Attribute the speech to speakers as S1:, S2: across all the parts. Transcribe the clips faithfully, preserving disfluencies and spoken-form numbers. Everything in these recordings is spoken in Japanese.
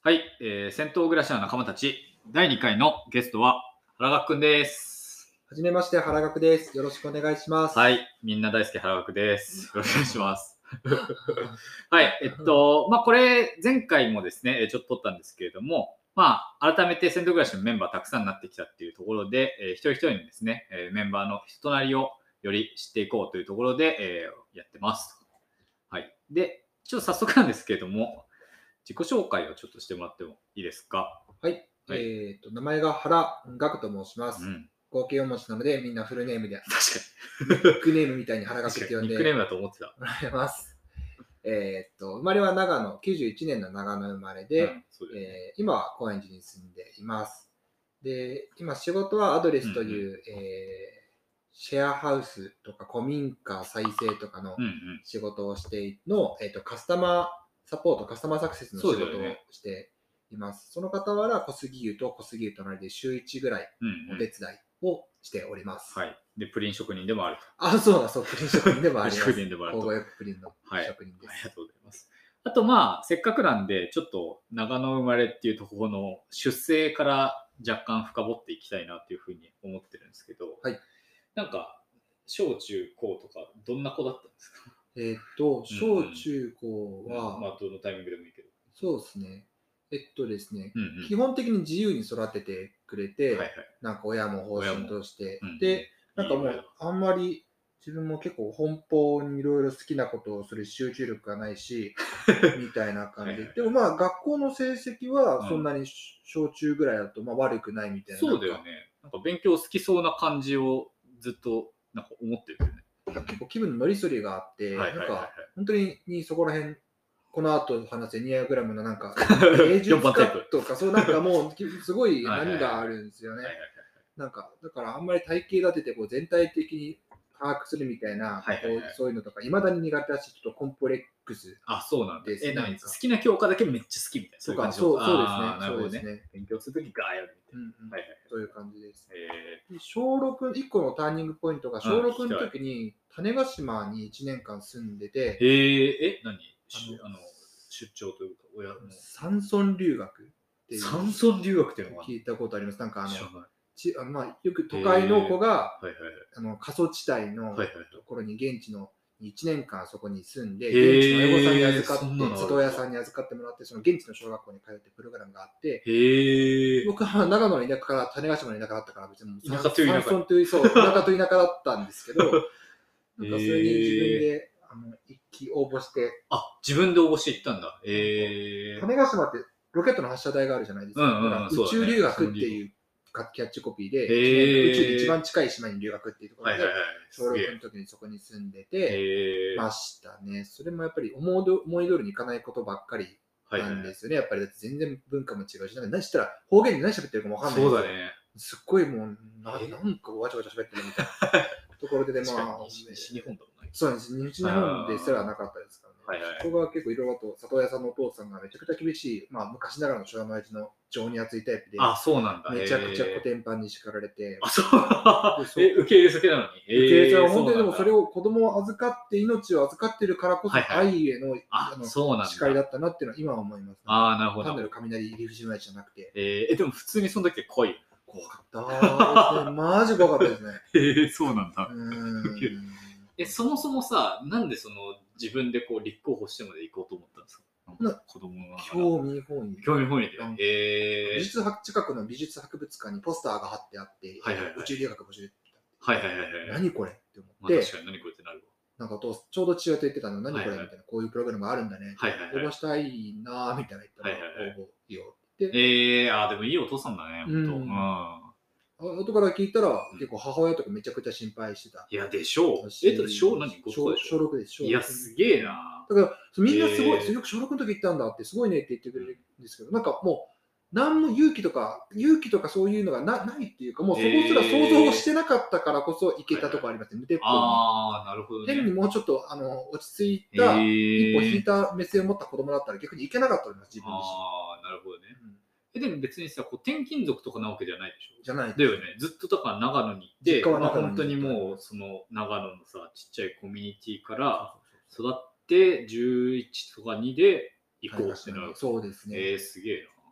S1: はい、えー、戦闘暮らしの仲間たちだいにかいのゲストは原学くんです。
S2: はじめまして、原学です。よろしくお願いします。
S1: はい、みんな大好き原学です。よろしくお願いします。はい、えっと、まあこれ前回もですね、ちょっと撮ったんですけれども、まあ改めて戦闘暮らしのメンバーたくさんになってきたっていうところで、えー、一人一人のですね、メンバーの人となりをより知っていこうというところで、えー、やってます。はい。で、ちょっと早速なんですけれども、自己紹介をちょっとしてもらってもいいですか？
S2: はい。はい、えっ、ー、と、名前が原学と申します。うん、合計よん文字なので、みんなフルネームで。
S1: 確かに。
S2: ニックネームみたいに原学って呼んで。
S1: ニックネームだと思ってた。
S2: もらえます。えっと、生まれは長野、きゅうじゅういちねんの長野生まれで、うんねえー、今は高円寺に住んでいます。で、今仕事はアドレスという、うんうん、えー、シェアハウスとか古民家再生とかの仕事をしての、えーと、カスタマーサポート、カスタマーサクセスの仕事をしています。その傍ら、小杉湯と小杉湯隣で週いちぐらいお手伝いをしております。
S1: うんうん、はい。で、プリン職人でもあると。
S2: あ、そうだ、そう、プリン職人でもあります。
S1: プリン職人でもあると。
S2: 交互訳プリンの職人です、
S1: はい。ありがとうございます。あと、まあ、せっかくなんで、ちょっと長野生まれっていうところの出生から若干深掘っていきたいなっていうふうに思ってるんですけど、
S2: はい。
S1: なんか、小中高とか、どんな子だったんですか？
S2: えっと、小中高は、
S1: うん、まあ、どのタイミングでもいいけど。
S2: そうですね。えっとですね、
S1: うんうん、
S2: 基本的に自由に育ててくれて、はいはい、なんか親も方針として、うん、で、なんかもう、あんまり自分も結構奔放にいろいろ好きなことをする集中力がないし、みたいな感じで。はいはい、でもまあ、学校の成績はそんなに小中ぐらいだとまあ悪くないみたいな。
S1: そうだよね。なんか勉強好きそうな感じをずっとなんか思ってるよね。
S2: 結構気分の乗りそりがあって、なんか本当にそこら辺、この後話すエニアグラムのなんか芸術家とかそうなんかもうすごい波があるんですよね。なんかだからあんまり体系立ててこう全体的に把握するみたいな、そういうのとかいまだに苦手だしちょっとコンプレックス。
S1: あ、そうなんです。え、何好きな教科だけめっちゃ好きみたいな。
S2: そうか、そうそうですね。
S1: なるほどね。勉強するときガーやるみたいな。
S2: そういう感じです。小ろく、いっこのターニングポイントが小ろくの時に種子島にいちねんかん住んでて。
S1: へえ、え、何あの出張というか親の
S2: 山村留学っていう。
S1: 山村留学っていうのは
S2: 聞いたことあります。なんかあのちあのまあ、よく都会の子が、はいはいはい、あの過疎地帯のところに現地のいちねんかんそこに住んで、現地の親御さんに預かって、里親さんに預かってもらって、その現地の小学校に通ってプログラムがあって、
S1: へ
S2: 僕は長野の田舎から種子島の田舎だったから、別に田舎と田舎という、そう、田舎と田舎だったんですけど、なんかそれに自分であの一期応募して。
S1: あ、自分で応募していったんだ。へ
S2: 種子島ってロケットの発射台があるじゃないですか。うんうん、宇宙留学っていうキャッチコピーで、宇宙に一番近い島に留学っていうところで、小ろくの時にそこに住んでてましたね。それもやっぱり思い通りにいかないことばっかりなんですよね。やっぱりだって全然文化も違うし、何したら方言で何喋ってるかもわかんない。
S1: そうだね。
S2: すっごいもう、なんかわちゃわちゃ喋ってるみたいなところで、まあ、
S1: 西日本だもんね。
S2: そうです。西日本ですらなかったですからね。はいはい、そこが結構いろいろと里親さんのお父さんがめちゃくちゃ厳しい、まあ昔ながらの昭和の親父の情に熱いタイプで、
S1: あ、そうなんだ。
S2: めちゃくちゃコテンパンに叱られて、
S1: あ、そうえ、受け入れ先なのに。
S2: 受け入れ先は本当にでもそれを子供を預かって命を預かっているからこそ愛への誓いだったなっていうのは今は思います、ね。
S1: ああ、なるほど。
S2: 単なる雷入り口のやつじゃなくて。
S1: えー、でも普通にその時は怖い。
S2: 怖かった。マジ怖かったですね。
S1: へえ、そうなんだ。え、そもそもさ、なんでその自分でこう立候補してまで行こうと思ったんですか？子供は
S2: 興味本位。
S1: 興味本位で。
S2: えー、美術博近くの美術博物館にポスターが貼ってあって、はいはいはい、宇宙留学募集。
S1: はいはいはいはい。
S2: 何これって思って。
S1: まあ、確かに何これってなるわ。
S2: なんかとちょうど父親と言ってたの、何これみたいな、こういうプログラムがあるんだね。はいはいはい、応募したいなーみたいな言ったら、はいはいはい、応募いいよって。
S1: えー、あーでもいいお父さんだね、本当。うん。
S2: 後から聞いたら、うん、結構母親とかめちゃくちゃ心配してた。
S1: いや、でしょう。えっと、小何
S2: 小小ろくです。
S1: いや、すげえな。
S2: だから、みんなすごい、えー、よく小ろくの時行ったんだって、すごいねって言ってくれるんですけど、なんかもう、何も勇気とか、勇気とかそういうのが な, ないっていうか、もうそこすら想像をしてなかったからこそ行けたとこありますね、無鉄砲に。
S1: ああ、なるほど、ね。
S2: 変にもうちょっとあの落ち着いた、一歩引いた目線を持った子供だったら逆に行けなかったと思います、自分自身。
S1: ああ、なるほどね。うんえでも別にさ、こう転勤族とかなわけじゃないでしょ？
S2: じゃない。
S1: だよね。ずっとだから長野に行って、まあ、本当にもうその長野のさ、ちっちゃいコミュニティから育ってじゅういちとかにで行こうってなる。
S2: そうですね。
S1: えー、すげえな。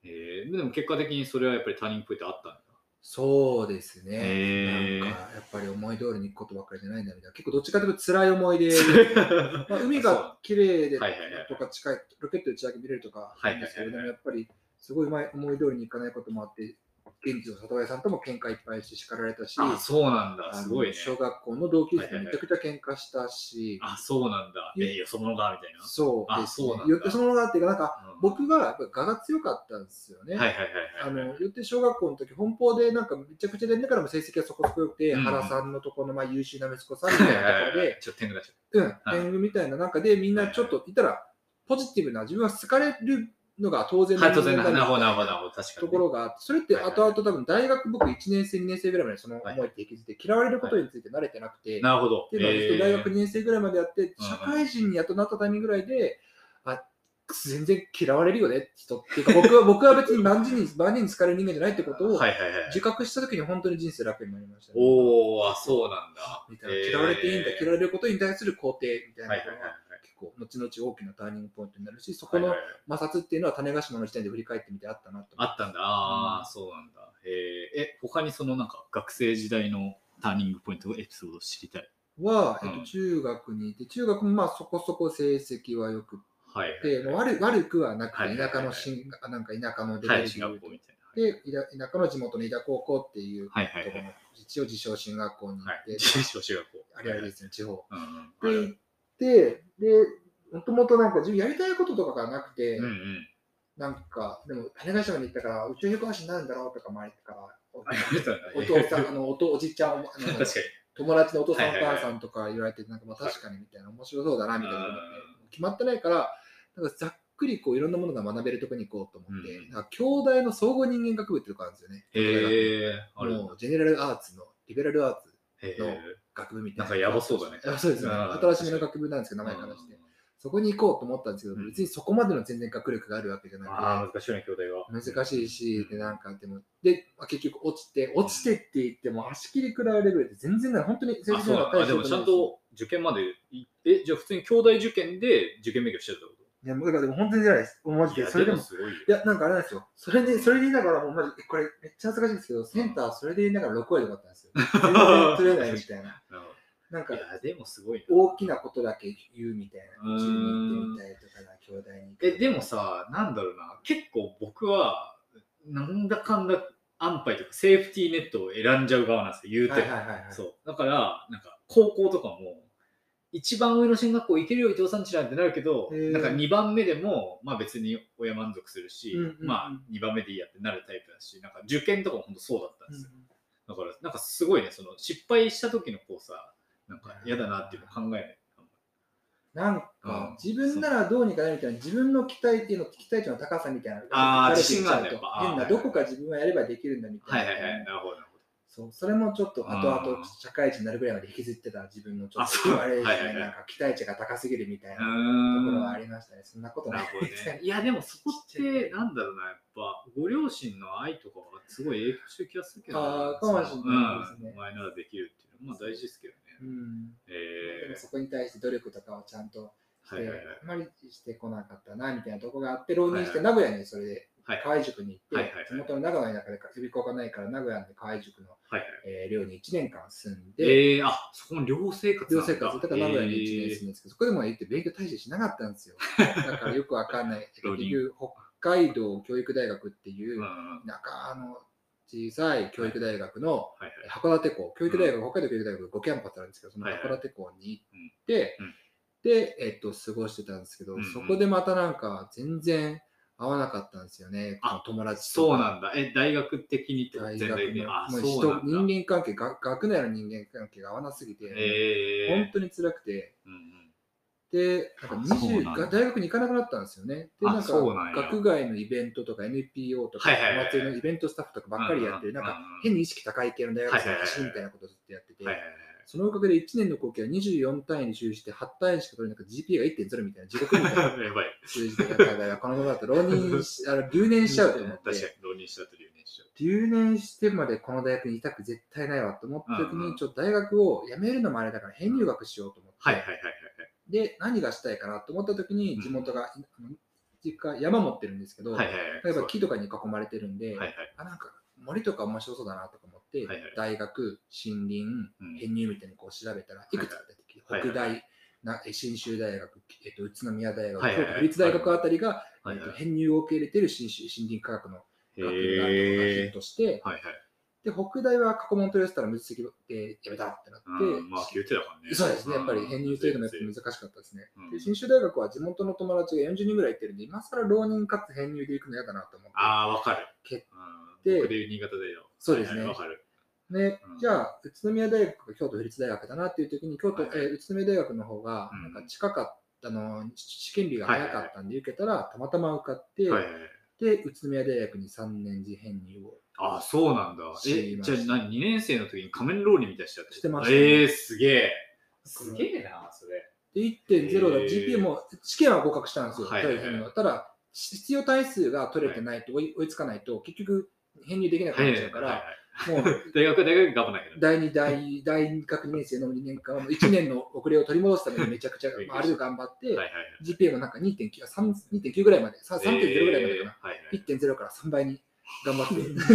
S1: えー、でも結果的にそれはやっぱりターニングポイントあったんだ。
S2: そうですね、
S1: えー、
S2: なんかやっぱり思い通りにいくことばっかりじゃないんだみたいな、結構どっちかというと辛い思い出まあ海が綺麗でとか近い、ロケット打ち上げ見れるとかなんですけど、でもやっぱりすごい思い通りにいかないこともあって、現地の里親さんとも喧嘩いっぱいして叱られたし、
S1: あ、そうなんだ、すごいね。
S2: 小学校の同級生とめちゃくちゃ喧嘩したし、
S1: あ、そうなんだ。え、よそ者がみたいな。
S2: そうですね。よってそのがっていうか、なんか僕がやっぱ我が強かったんですよね。
S1: はいはいはい。
S2: あの、よって小学校の時、本校でなんかめちゃくちゃで、だからも成績がそこそこ良くて、原さんのところのまあ優秀な息子さんみたいなところで、
S1: ちょっと天狗だし。
S2: うん、天狗みたいな中でみんなちょっといたら、ポジティブな自分は好かれるのが当然の
S1: 人間だみたいな
S2: ところがあって、それって後々多分大学僕いちねん生にねん生ぐらいまでその思いって気づいて、嫌われることについて慣れてなくて、
S1: なるほど。
S2: っていうのはずっと大学にねん生ぐらいまでやって、社会人にやっとなったタイミングぐらいで、あ、全然嫌われるよね人っていうか、僕は僕は別に万人に万人に好かれる人間じゃないってことを自覚した時に本当に人生楽になりましたね。
S1: おお、そうなんだ。
S2: みたいな、嫌われていいんだ、嫌われることに対する肯定みたいなのが結構後々大きなターニングポイントになるし、そこの摩擦っていうのは種子島の時点で振り返ってみてあったなと。
S1: あったんだ。ああ、そうなんだ。え、他にそのなんか学生時代のターニングポイントエピソードを知りたい。
S2: は、えっと、中学にいて、中学もまあそこそこ成績はよくて、悪悪くはなくて、田舎のしんなんか田舎のレベルで言うと、で、田舎の地元の井田高校っていうところの一応自称進学校に行って、
S1: 自称進学校。
S2: あれあれですね、地方。で、行って、で、もともとなんか自分やりたいこととかがなくて、なんか、でも、種子島に行ったから、宇宙飛行士になるんだろうとかもありから、お父さん、あの、おじちゃん、友達のお父さんお母さんとか言われて、なんかまあ確かにみたいな、面白そうだなみたいなことって決まってないから、なんかざっくりこういろんなものが学べるところに行こうと思って、うん、なんか兄弟の総合人間学部っていうところあるんですよね。
S1: へー、
S2: もうジェネラルアーツの、リベラルアーツの学部みたいな。
S1: なんかやばそうだね。
S2: そうですね。新しめの学部なんですけど、名前からして。そこに行こうと思ったんですけど、うん、別にそこまでの全然学力があるわけじゃなくて、
S1: あ難しいね、兄弟が。
S2: 難しいし、で、なんか、でも、で、まあ、結局落ちて、落ちてって言っても、足切り食らうレベルで全然ない、本当に
S1: 成績が高い。でもちゃんと受験まで、え、じゃあ普通に兄弟受験で受験勉強してたってこと？
S2: いや、だからでも本当に出ないです。マジで。それでも、いや、なんかあれなんですよ。それで、それで言いながら、もうマジ、これめっちゃ恥ずかしいんですけど、センターそれで言いながらろくわりとかあったんですよ。全然取れないみたいな。なんか、
S1: でもすごい
S2: 大きなことだけ言うみたいな。うちに行ってみたいとかな、兄弟に。
S1: え、でもさ、なんだろうな、結構僕は、なんだかんだ安牌とかセーフティーネットを選んじゃう側なんですよ、言うて。そう。だから、なんか、高校とかも、一番上の進学校行けるよ、伊藤さんちなんてなるけど、なんかにばんめでも、まあ別に親満足するし、うんうんうん、まあにばんめでいいやってなるタイプだし、なんか受験とかも本当そうだったんですよ。うん、だから、なんかすごいね、その失敗した時のこうさ、なんか嫌だなっていうの考えない。
S2: なんか、自分ならどうにかなるみたいな、自分の期待っていうの、期待値の高さみたいなの
S1: が、ああ、自信があると。
S2: 変な、どこか自分はやればできるんだみたいな。
S1: はいはいはい、なるほど。
S2: そう、それもちょっと後々社会人になるぐらいまで引きずってた自分のちょっとあれですね、なんか期待値が高すぎるみたいなところはありましたね。そんなことないですね。
S1: いやでもそこってなんだろうな、やっぱご両親の愛とかはすごい影響してる気がするけど、
S2: ああ、かもしれないですね。
S1: お前ならできるっていうのはまあ大事ですけどね。
S2: うん。えー、でもそこに対して努力とかをちゃんとして、あまりしてこなかったなみたいなところがあって、浪人して名古屋にそれで。河合塾に行って、地元の長野の中で予備校がないから、名古屋で河合塾の寮にいちねんかん住んで、
S1: えー、あ、そこの寮生活
S2: 寮生活、だから名古屋にいちねん住んでるんですけど、そこでも行って勉強大してしなかったんですよ。だからよくわかんない。結局、北海道教育大学っていう、なんかあの、小さい教育大学の函館校、教育大学、北海道教育大学ごキャンパスあるんですけど、その函館校に行って、で、えっと、過ごしてたんですけど、そこでまたなんか全然、合わなかったんですよね、友達
S1: と。そうなんだ。え、大学的にと
S2: 大学のもう人人間関係が、学内の人間関係が合わなすぎて、えー、本当に辛くて、うんうん、で、なんかにじゅう大学に行かなくなったんですよね。で、なんか学外のイベントとか エヌピーオー とか、お祭りのイベントスタッフとかばっかりやってる、なんか変に意識高い系の大学生が走るみたいなことをずっとやってて、そのおかげでいちねんの後期はにじゅうよん単位に修士してはち単位しか取れなくて ジーピーエー が いってんゼロ みたいな地獄みたいな数字で、やばいやこのままだと浪人し、あの留年しちゃうと思って。
S1: 確かに浪人しちゃうと留年しちゃう。
S2: 留年してまでこの大学にいたく絶対ないわと思った時に、ちょっと大学を辞めるのもあれだから編入学しようと思って。で、何がしたいかなと思った時に地元が、 実家山持ってるんですけど、
S1: はいはいはい、
S2: 例えば木とかに囲まれてるんで、
S1: はいはい、
S2: あなんか森とか面白そうだなとか思って、はいはい、大学、森林、うん、編入みたいにこう調べたらいくつか出てきて、はいはい、北大、な信州大学、えっと、宇都宮大学、はいはいはい、京都府立大学あたりが、はいはい、えっと、編入を受け入れてる信州森林科学の学部がヒットして、はいはい、で北大は過去問取り寄せたら無実績でやめたってなって、
S1: まあ言ってたからね。
S2: そうですね、やっぱり編入制度もやっぱ難しかったですね。で信州大学は地元の友達がよんじゅうにんぐらい行ってるんで、今更浪人かつ編入で行くの嫌だなと思って。
S1: ああ、わかる。
S2: 決
S1: 定。僕で新潟だよ。
S2: そうですね。
S1: わ、はい、かる。
S2: ね、うん、じゃあ、宇都宮大学が京都府立大学だなっていう時に、京都、はいはい、えー、宇都宮大学の方が、なんか近かったの、試験日が早かったんで受けたら、たまたま受かって、はいはい、で、宇都宮大学にさんねん次編入を。
S1: ああ、そうなんだ。え、じゃあ何、にねん生の時に仮面浪人みたいにしちゃって
S2: してました、ね。
S1: えー、すげえ。すげえな、それ。
S2: で、いってんゼロ だ、ジーピーエー も試験は合格したんですよ、はいはいはい、ただ、必要単位数が取れてないと、追い、追いつかないと、結局、編入できなくなっちゃうから、もう
S1: 大学は大学頑張らないけど、
S2: だいに、大大学にねん生のにねんかんはいちねんの遅れを取り戻すためにめちゃくちゃ、まあ、ある程度頑張って、はいはいはい、ジーピーエー もなんか にてんきゅう ぐらいまで、さんてんゼロ ぐらいまでかな、えーはいはい、いってんゼロ からさんばいに頑張って、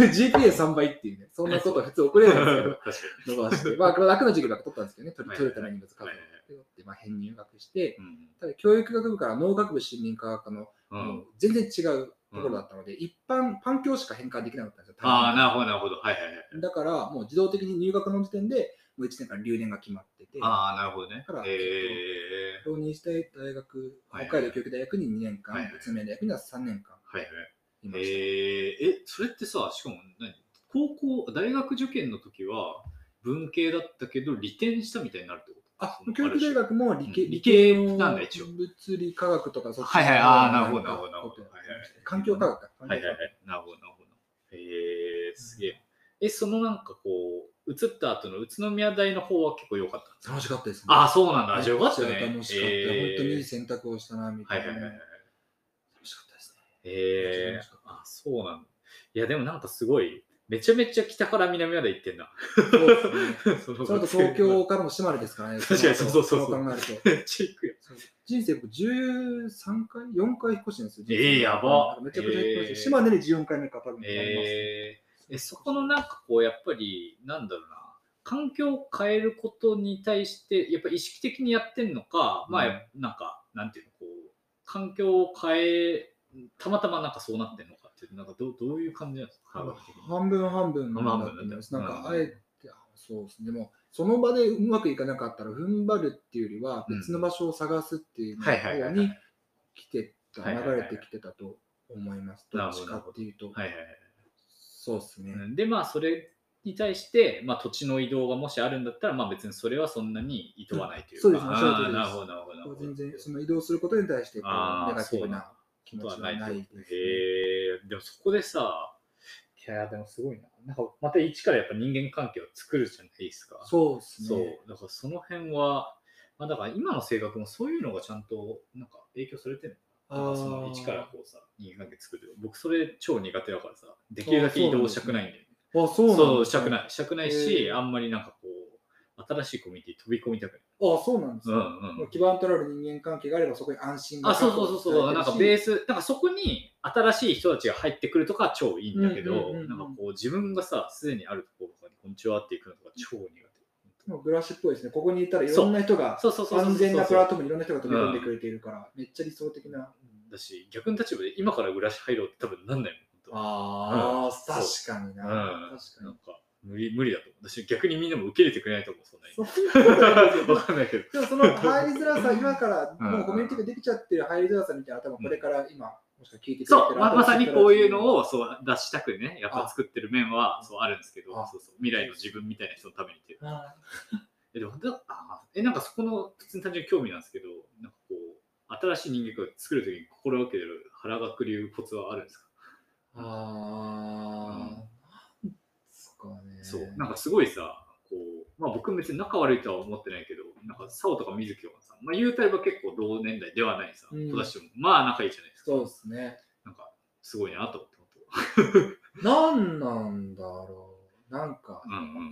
S2: ジーピーエーさん 倍っていうね、そんなことは普通遅れないんですけど、伸ばして、まあ、楽な授業だと取ったんですけどね、取るために数を。で、まあ、編入学して、うん、ただ教育学部から農学部森林科学科の、うん、もう全然違うところだったので、うん、一般、パン教しか変換できなかったんですよ。
S1: ああ、なるほど、なるほど。はいはいはい。
S2: だから、もう自動的に入学の時点で、もういちねんかん留年が決まってて、
S1: ああ、なるほどね。
S2: だから、
S1: えー、
S2: 浪人したい大学、北海道教育大学ににねんかん、はいはい、宇都宮大学にはさんねんかん。
S1: はいはい。いました。えー、え、それってさ、しかも何高校、大学受験の時は文系だったけど、利点したみたいになるってこと？
S2: あ、教育大学も理系、
S1: うん、理系なんだ一応。
S2: 物理科学とか
S1: そっちはいはい、ああ、なるほど、なるほど、なるほど。
S2: 環境科学か。
S1: はいはいはい、なるほど、なるほど。へえー、すげえ。え、そのなんかこう、移った後の宇都宮大の方は結構良かった。
S2: 楽しかったですね。
S1: ああ、そうなんだ。じゃあよかったね。
S2: 楽しかった。本当にいい選択をしたな、みたいな。はいはいはい。楽しかったですね。
S1: へえー、あ、そうなんだ。いや、でもなんかすごい、めちゃめちゃ北から南まで行ってんな。
S2: そうですね。その後東京からも島根ですからね。
S1: 確かにそうそうそう。
S2: そう考えると。
S1: めっちゃ行くよ。
S2: 人生僕じゅうさんかい ?よん 回引っ越してるんですよ。
S1: えー、やば。
S2: めちゃくちゃ引っ越して、島根でじゅうよんかいめか多分。
S1: えー、え、そこのなんかこう、やっぱり、なんだろうな。環境を変えることに対して、やっぱ意識的にやってんのか、うん、まあ、なんか、なんていうの、こう、環境を変え、たまたまなんかそうなってんのかっていう、なんかどうどういう感じなんですか？
S2: 半分半分だと思います。なんか、あえて、そうですね。でも、その場でうまくいかなかったら、踏ん張るっていうよりは、別の場所を探すっていう方に来てた、流れてきてたと思います。どっちかっていうと。そうですね。
S1: で、まあ、それに対して、まあ、土地の移動がもしあるんだったら、まあ、別にそれはそんなにいとわないというか。
S2: そうですね。おっしゃる通りです。
S1: なるほど、なるほど。
S2: 全然、その移動することに対して、こう、ネガティブな気持ちはないです、ね。
S1: へえ、でもそこでさ、いや、でもすごいな。なんか、また一からやっぱ人間関係を作るじゃないですか。
S2: そうですね。
S1: そう。だからその辺は、まあ、だから今の性格もそういうのがちゃんと、なんか影響されてるのかな。その一からこうさ、人間関係作る。僕それ超苦手だからさ、できるだけ移動したくないんだよね。
S2: あ、そうなんですね。
S1: そう、したくない。したくないし、あんまりなんかこう、新しいコミュニティ飛び込みたくない。
S2: ああ、そうなんですね。うんうん、基盤となる人間関係があればそこに安心が。
S1: あ、そうそうそうそう。なんかベース、なんかそこに新しい人たちが入ってくるとか超いいんだけど、なんかこう自分がさ、すでにあるところとかにこんにちはっていくのとか超苦手。
S2: もうブラシっぽいですね。ここにいたらいろんな人が、安全なプラットフォームにいろんな人が飛び込んでくれているから、めっちゃ理想的な。
S1: だし、逆の立場で今からブラシ入ろうって多分なんないもん。
S2: ああ、確かにな。確
S1: かに。なんか無理、無理だと思う。私逆にみんなも受け入れてくれないと思う、そんなに。わかんないけど。
S2: でもその入りづらさ、今からもうコミュニティができちゃってる入りづらさみたいな、多分これから今、もしか聞いてくれてる。
S1: そう、まさにこういうのをそう出したくね、やっぱ作ってる面はそうあるんですけど、そうそう未来の自分みたいな人のためにっていう。え、でもあえ、なんかそこの普通に単純に興味なんですけど、なんかこう、新しい人間を作るときに心がける原学流コツはあるんですか？
S2: ああ、なんですかね。
S1: そう、なんかすごいさ、こう、まあ僕別に仲悪いとは思ってないけど、なんかサオとか水木はさ、まあ言うたれば結構同年代ではないさ、友達もまあ仲いいじゃないですか。
S2: そうですね。
S1: なんかすごいなと思って。
S2: なんなんだろう。なんか。
S1: うん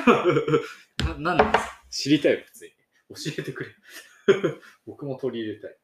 S1: うん。な、なんですか知りたいよ、普通に。教えてくれ。僕も取り入れたい。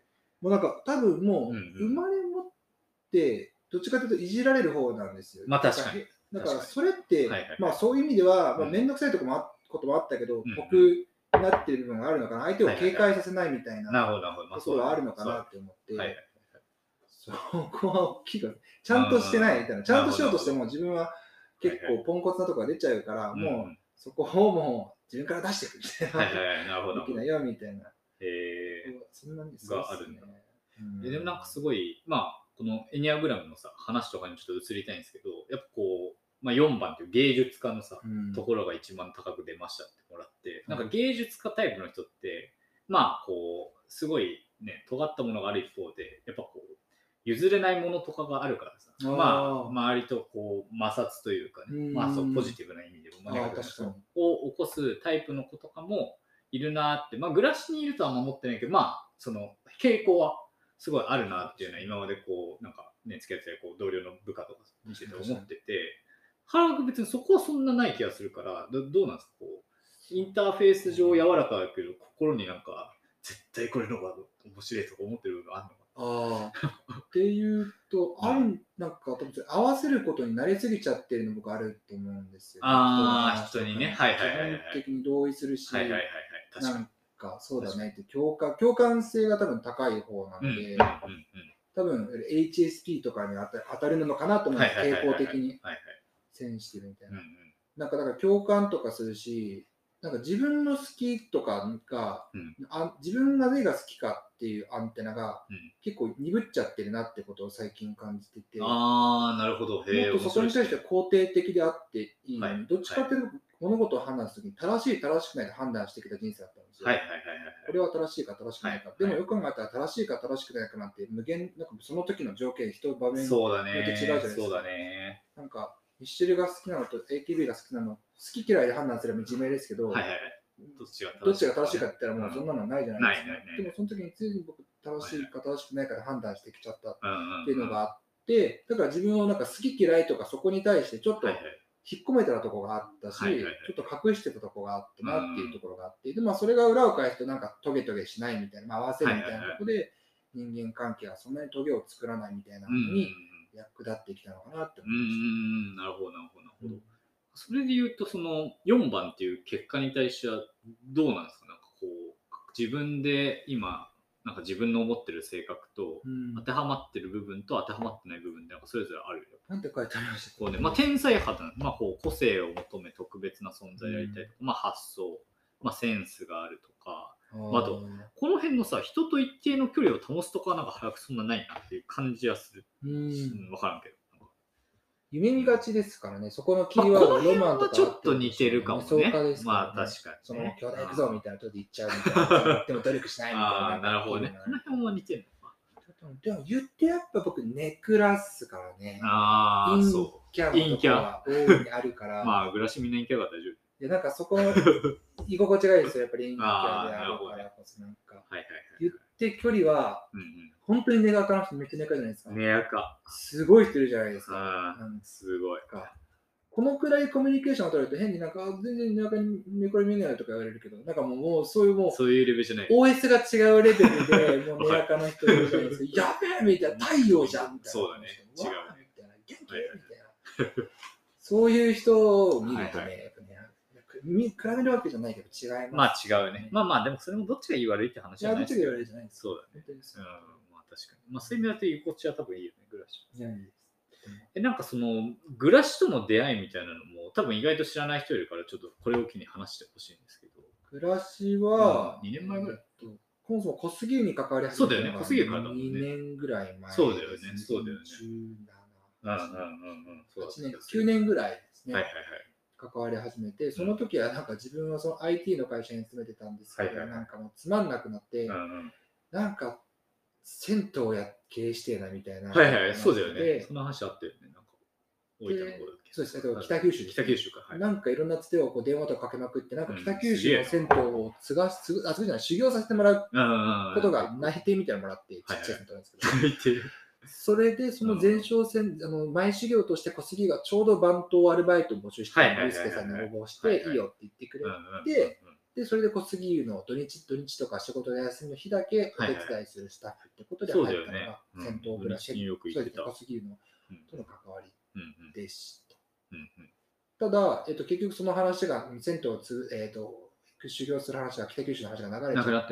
S2: もうなんか多分も
S1: うんう
S2: うん生まれ持ってどっちかというといじられる方なんですよ。
S1: まあ確かに。
S2: だからそれって、
S1: はいはいはい、
S2: まあそういう意味では、まあ、
S1: うん
S2: 面倒くさいとこもあこともあったけど、
S1: うんうん
S2: 僕になっている部分があるのかな、相手を警戒させないみたいなところはあるのかなって思って、そこは大きいから、ちゃんとしてないみたいな、ちゃんとしようとしても自分は結構ポンコツなところが出ちゃうから、もうそこをもう自分から出していくみたいな、
S1: はいはい、なるほど。
S2: できないよみたいな。
S1: えー、
S2: そんなに
S1: があるんだ。
S2: うん、
S1: でもなんかすごい、まあ、このエニアグラムのさ、話とかにちょっと移りたいんですけど、やっぱこう、まあ、よんばんという芸術家のさ、うん、ところが一番高く出ましたってもらって、なんか芸術家タイプの人って、まあこう、すごいね、尖ったものがある一方で、やっぱこう、譲れないものとかがあるからさ、まあ、周りとこう、摩擦というかね、まあそう、ポジティブな意味でも、ネガティブなを起こすタイプの子とかもいるなって、まあ、グラシにいるとは思ってないけど、まあ、その、傾向はすごいあるなっていうのは、今までこう、なんかね、付き合ってこう同僚の部下とか見てて思ってて、原学別にそこはそんなない気がするからど、どうなんですかこう、インターフェース上柔らかだけど、心になんか、絶対これの方が面白いとか思ってる部分があるのかな。
S2: ああ。っていうと、ある、なんか、合わせることに慣れすぎちゃってるの僕あると思うんですよ、ね。
S1: ああ、人にね。はいはいはい、はい。
S2: 基本的に同意するし、
S1: はいはいはい、はい。
S2: なんか、そうだねって共感、共感性が多分高い方なので、多分 エイチエスピー とかに当たるのかなと思うんです、傾向的に。センシティブみたいな。なんかだから共感とかするし、なんか自分の好きとかが、うん、あ自分が何が好きかっていうアンテナが、うん、結構鈍っちゃってるなってことを最近感じてて、
S1: ああ、なるほど。
S2: もっとそこに対して肯定的であっていいのに、はい、どっちかっていうと物事を判断するときに正しい正しくないで判断してきた人生だったんですよ。はいはいはいはい、これは正しいか正しくないか。はい、でもよく考えたら正しいか正しくないかなんて無限、なんかその時の条件、人、場面によって違うじゃないですか。
S1: そうだね。
S2: なんかミッシェルが好きなのと エーケービー が好きなの、好き嫌いで判断すれば自明ですけど、はいはいはい、どっちが正しいかって言ったらもうそんなのないじゃないですか。でもその時についに僕正しいか正しくないかで判断してきちゃったっていうのがあって、だから自分をなんか好き嫌いとかそこに対してちょっと引っ込めてたところがあったし、ちょっと隠してたところがあったなっていうところがあって、でまあそれが裏を返すとなんかトゲトゲしないみたいな、まあ、合わせるみたいなところで人間関係はそんなにトゲを作らないみたいなのに役立ってきたのかなって思いました。
S1: うん、なるほどなるほどなるほど。それで言うとそのよんばんっていう結果に対してはどうなんですか。なんかこう自分で今なんか自分の思ってる性格と当てはまってる部分と当てはまってない部分でなんかそれぞれあるよ。
S2: なんて書いてありましたっけ。
S1: こうね、まあ天才派だ、まあこう個性を求め特別な存在でありたいとか、まあ発想、まあセンスがあるとか、あ, あとこの辺のさ人と一定の距離を保つとかはなんか早くそんなないなっていう感じはする。うん、分からんけど。
S2: 夢見がちですからね、そこのキーワード、ロマンとか、
S1: ちょっと似てるかもね。
S2: そうかです
S1: まあ確かに。
S2: その兄弟行くぞみたいなとで言っちゃうみたいな。でも努力しないみたいな。
S1: ああ、なるほどね。この辺も似てるのか。
S2: でも言ってやっぱ僕、ネクラっすからね。
S1: ああ、そう。
S2: 陰キャのところは大いにあるから。
S1: まあ、グラシみんな陰キャが大丈夫。
S2: いや、なんかそこ、居心地がいいですよ、やっぱり陰キャであるからこそ、なんか。言って距離は、本当にネガかな人めっちゃネガじゃないですか。
S1: ネガか。
S2: すごい人いるじゃないですか。
S1: すごい。
S2: このくらいコミュニケーションを取れると変になんか全然ネガにめこれ見えないとか言われるけど、なんかもう、もうそういうもう、
S1: そういうレベルじゃない。
S2: オーエス が違うレベルで、もうネガの人いるじゃないですか。やべえみたいな、太陽じゃんみたいな。
S1: そうだね。違う。
S2: みたいな、元気みたいな。そういう人を見るとね、やっぱね、比べるわけじゃないけど違います。
S1: まあ違うね。まあまあでもそれもどっちがいい悪いって話じゃない
S2: ですか。いや、どっちがいい悪いじゃないです。
S1: そうだね。うん、まあ確かに。まあそういう意味だと居心地は多分いいよね、グラシ。いやいいです。え、なんかそのグラシとの出会いみたいなのも多分意外と知らない人いるからちょっとこれを機に話してほしいんですけど。
S2: グラシは、
S1: うん、にねんまえぐらい。
S2: そもそも小杉に関わり始めたのがにねんぐらい前。
S1: そうだよね。そうだよね。
S2: じゅう
S1: なな、うんうんうんうん。
S2: はちねん、きゅうねんぐらいですね。
S1: はいはいはい。
S2: 関わり始めて、その時はなんか自分はその アイティー の会社に勤めてたんですけど、はいはいはい、なんかもうつまんなくなって、うんうん、なんか銭湯をや経営してえなみたいな。
S1: はいはい、そうだよね。その話あったよね。なんか
S2: 大分の方だっけ。そうですね、北九州です、ね。
S1: 北九州か。
S2: はい、なんかいろんなつてをこう電話とかかけまくって、なんか北九州の銭湯を継がす、あ、継ぐじゃない、修行させてもらうことが内定みたいなのもらって、ちっちゃい銭湯なんですけど。内定それでその前哨戦、あの前修行として小杉がちょうど番頭アルバイトを募集して、ユースケさんに応募していいよって言ってくれて、 で、それで小杉湯の土日、土日とか仕事で休みの日だけお手伝いするスタッフってことで入ったのが、銭湯暮らし、小杉湯のとの関わりでした。ただ、えっと、結局その話が、銭湯をつ、えっと、修行する話が、北九州の話が流れちゃって、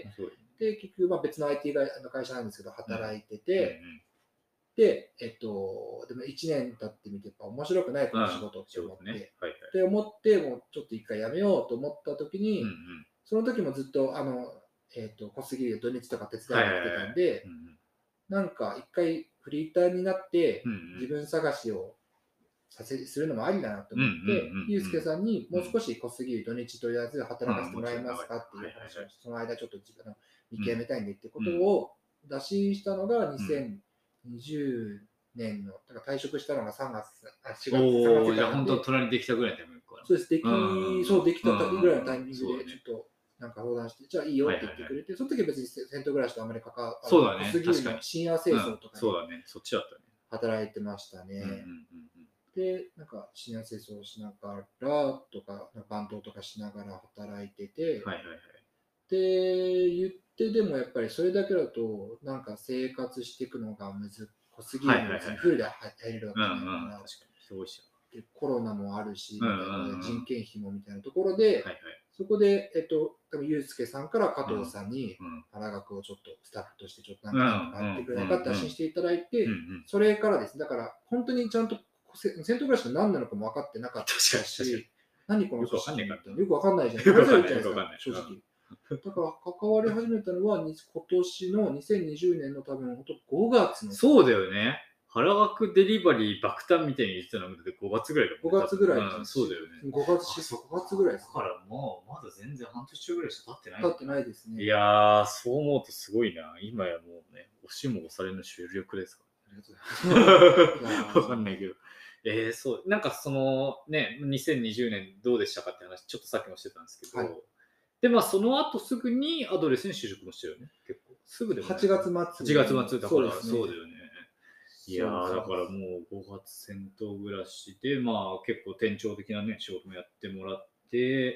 S2: で、結局、まあ、別の アイティー の会社なんですけど、働いてて、で、えっと、でもいちねん経ってみて、やっぱ面白くないこの仕事って思って、って思って、もうちょっと一回やめようと思った時に、その時もずっと、あの、えっと、小杉湯土日とか手伝いに来てたんで、なんか一回フリーターになって、自分探しをさせするのもありだなと思って、ゆうすけさんにもう少し小杉湯土日とりあえず働かせてもらえますかっていう話を、その間ちょっと自分の見極めたいんでってことを出ししたのがにせんにじゅうねんの、だから退職したのがさんがつ、あ、しがつ、
S1: おー、じゃあ本当隣にできたぐらいのタイミングかな。
S2: そうです、でき、そうできたぐらいのタイミングでちょっとなんか相談して、じゃあいいよって言ってくれて、その時は別に銭湯暮らしとあまり関わらず、
S1: そうだね、
S2: 確かに深夜清掃とか
S1: そうだね、そっちだったね。
S2: 働いてましたね。で、なんか深夜清掃をしながらとか、番頭とかしながら働いてて、
S1: はいはいはい。
S2: で、言ってでもやっぱりそれだけだと、なんか生活していくのがむず濃すぎるのにフルで入れるわけじゃないから、でコロナもあるし、みたいな人件費もみたいなところで、そこで、えっと、多分ゆうすけさんから加藤さんに原学をちょっとスタッフとしてちょっとなんかやってくれないかって発信していただいて、それからですね、だから本当にちゃんと銭湯暮らしが何なのかも分かってなかったし、何この組織ってよく分かんないじゃないですか、正直。だから関わり始めたのは今年のにせんにじゅうねんの多分本当ごがつの。
S1: そうだよね。原学デリバリー爆誕みたいに言ってたのがごがつぐらいだ
S2: もんね。ごがつぐらい、
S1: うん、そうだよね。
S2: ごがつ、ごがつぐらいです、
S1: ね。だからもうまだ全然半年中ぐらいしか経ってない。
S2: 経ってないですね。
S1: いやー、そう思うとすごいな。今やもうね、押しも押されの主力ですから。ありがとうございます。わかんないけど。えー、そう、なんかそのね、にせんにじゅうねんどうでしたかって話、ちょっとさっきもしてたんですけど、はい、で、まあその後すぐにアドレスに就職もしてるよね、結構。すぐでも、ね。
S2: はちがつまつ。
S1: はちがつまつだから、そうだよね。いやー、だからもうごがつ銭湯暮らしで、まあ結構店長的なね、仕事もやってもらって、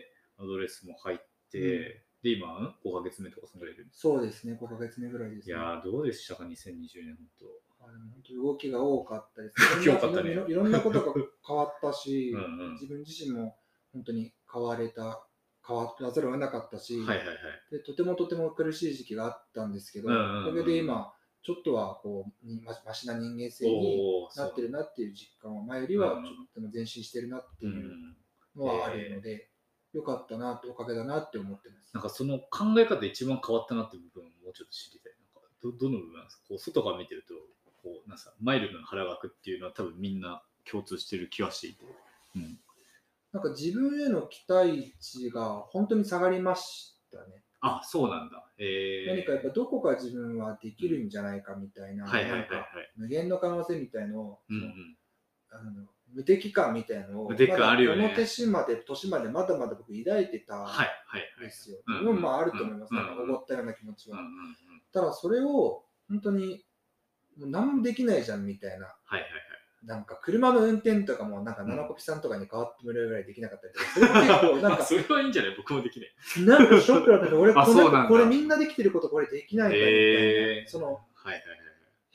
S1: アドレスも入って、うん、で、今、ごかげつめとかそのぐらいいるんです
S2: か？そうですね、ごかげつめぐらいです、
S1: ね。いやー、どうでしたか、にせんにじゅうねん、本当。
S2: あでも本当に動きが多かったですね。
S1: 多かったね。
S2: いろんなことが変わったし、うん、うん、自分自身も本当に変われた、変わらざるを得なかったし、はいはいはい、でとてもとても苦しい時期があったんですけど、おかげで今、ちょっとはこうマシな人間性になってるなっていう実感は、前よりはちょっとでも前進してるなっていうのはあるので、よかったなって、おかげだなって思ってます。
S1: なんかその考え方で一番変わったなっていう部分をもうちょっと知りたい。なんか ど, どの部分なんですか？こう外から見てると、こうなんかマイルドな原学っていうのは多分みんな共通してる気はしていて、うん、
S2: なんか自分への期待値が本当に下がりましたね。
S1: あ、そうなんだ。えー、
S2: 何かやっぱどこか自分はできるんじゃないかみたいな、無限の可能性みたいのを、うんうん、あの無敵感みたいのを、
S1: 無敵感あるよね。
S2: この年まで、年までまだまだ僕抱いてたんですよ。でもまああると思います。なんかおごったような気持ちは。ただそれを本当にもう何もできないじゃんみたいな。はいはいはい。なんか車の運転とかもなんかナナコピさんとかに代わってもらうぐらいできなかったりとか、それ結構なんか
S1: それはいいんじゃない？僕もできない。
S2: なんかショックだったけど、俺これこれみんなできてることこれできないんだみたいな、えー、その、はいはいはい、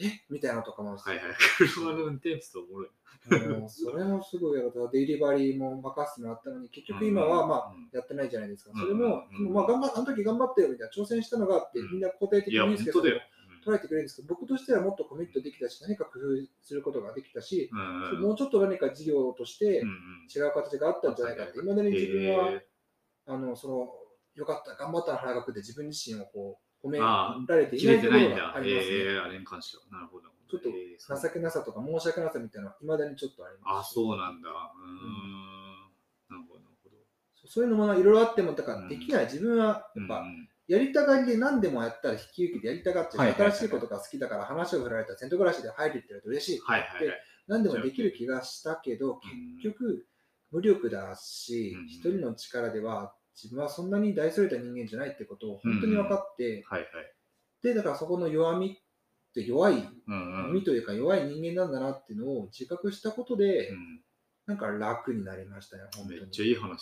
S2: えみたいなのとかも、
S1: はいはい、車の運転手とおもろい。
S2: もうそれもすごいやった。デリバリーも任せてもらったのに、結局今はまあやってないじゃないですか。それも、まあ頑張っあの時頑張ったよみたいな挑戦したのがあって、みんな肯定的に言うんですけど、捉えてくれるんですけど、僕としてはもっとコミットできたし、何か工夫することができたし、うん、もうちょっと何か事業として違う形があったんじゃないかって、いまだに自分は、あの、その、よかった、頑張った原学で自分自身をこう褒められていないところがありますね。
S1: えー、あれに関しては。なるほど。
S2: ちょっと情けなさとか申し訳なさみたいなのはいまだにちょっとありま
S1: す。あ、そうなんだ。うーん。なるほど、なるほど。
S2: そういうのもいろいろあっても、だからできない、自分はやっぱ、やりたがりで何でもやったら引き受けてやりたがって、新しいことが好きだから話を振られたら銭湯暮らしで入るって言うと嬉しいって言って、何でもできる気がしたけど、結局無力だし、一人の力では自分はそんなに大それた人間じゃないってことを本当に分かって、で、だからそこの弱みって弱い、弱みというか弱い人間なんだなっていうのを自覚したことで、なんか楽になりましたね、本当に。
S1: めっちゃいい話やん。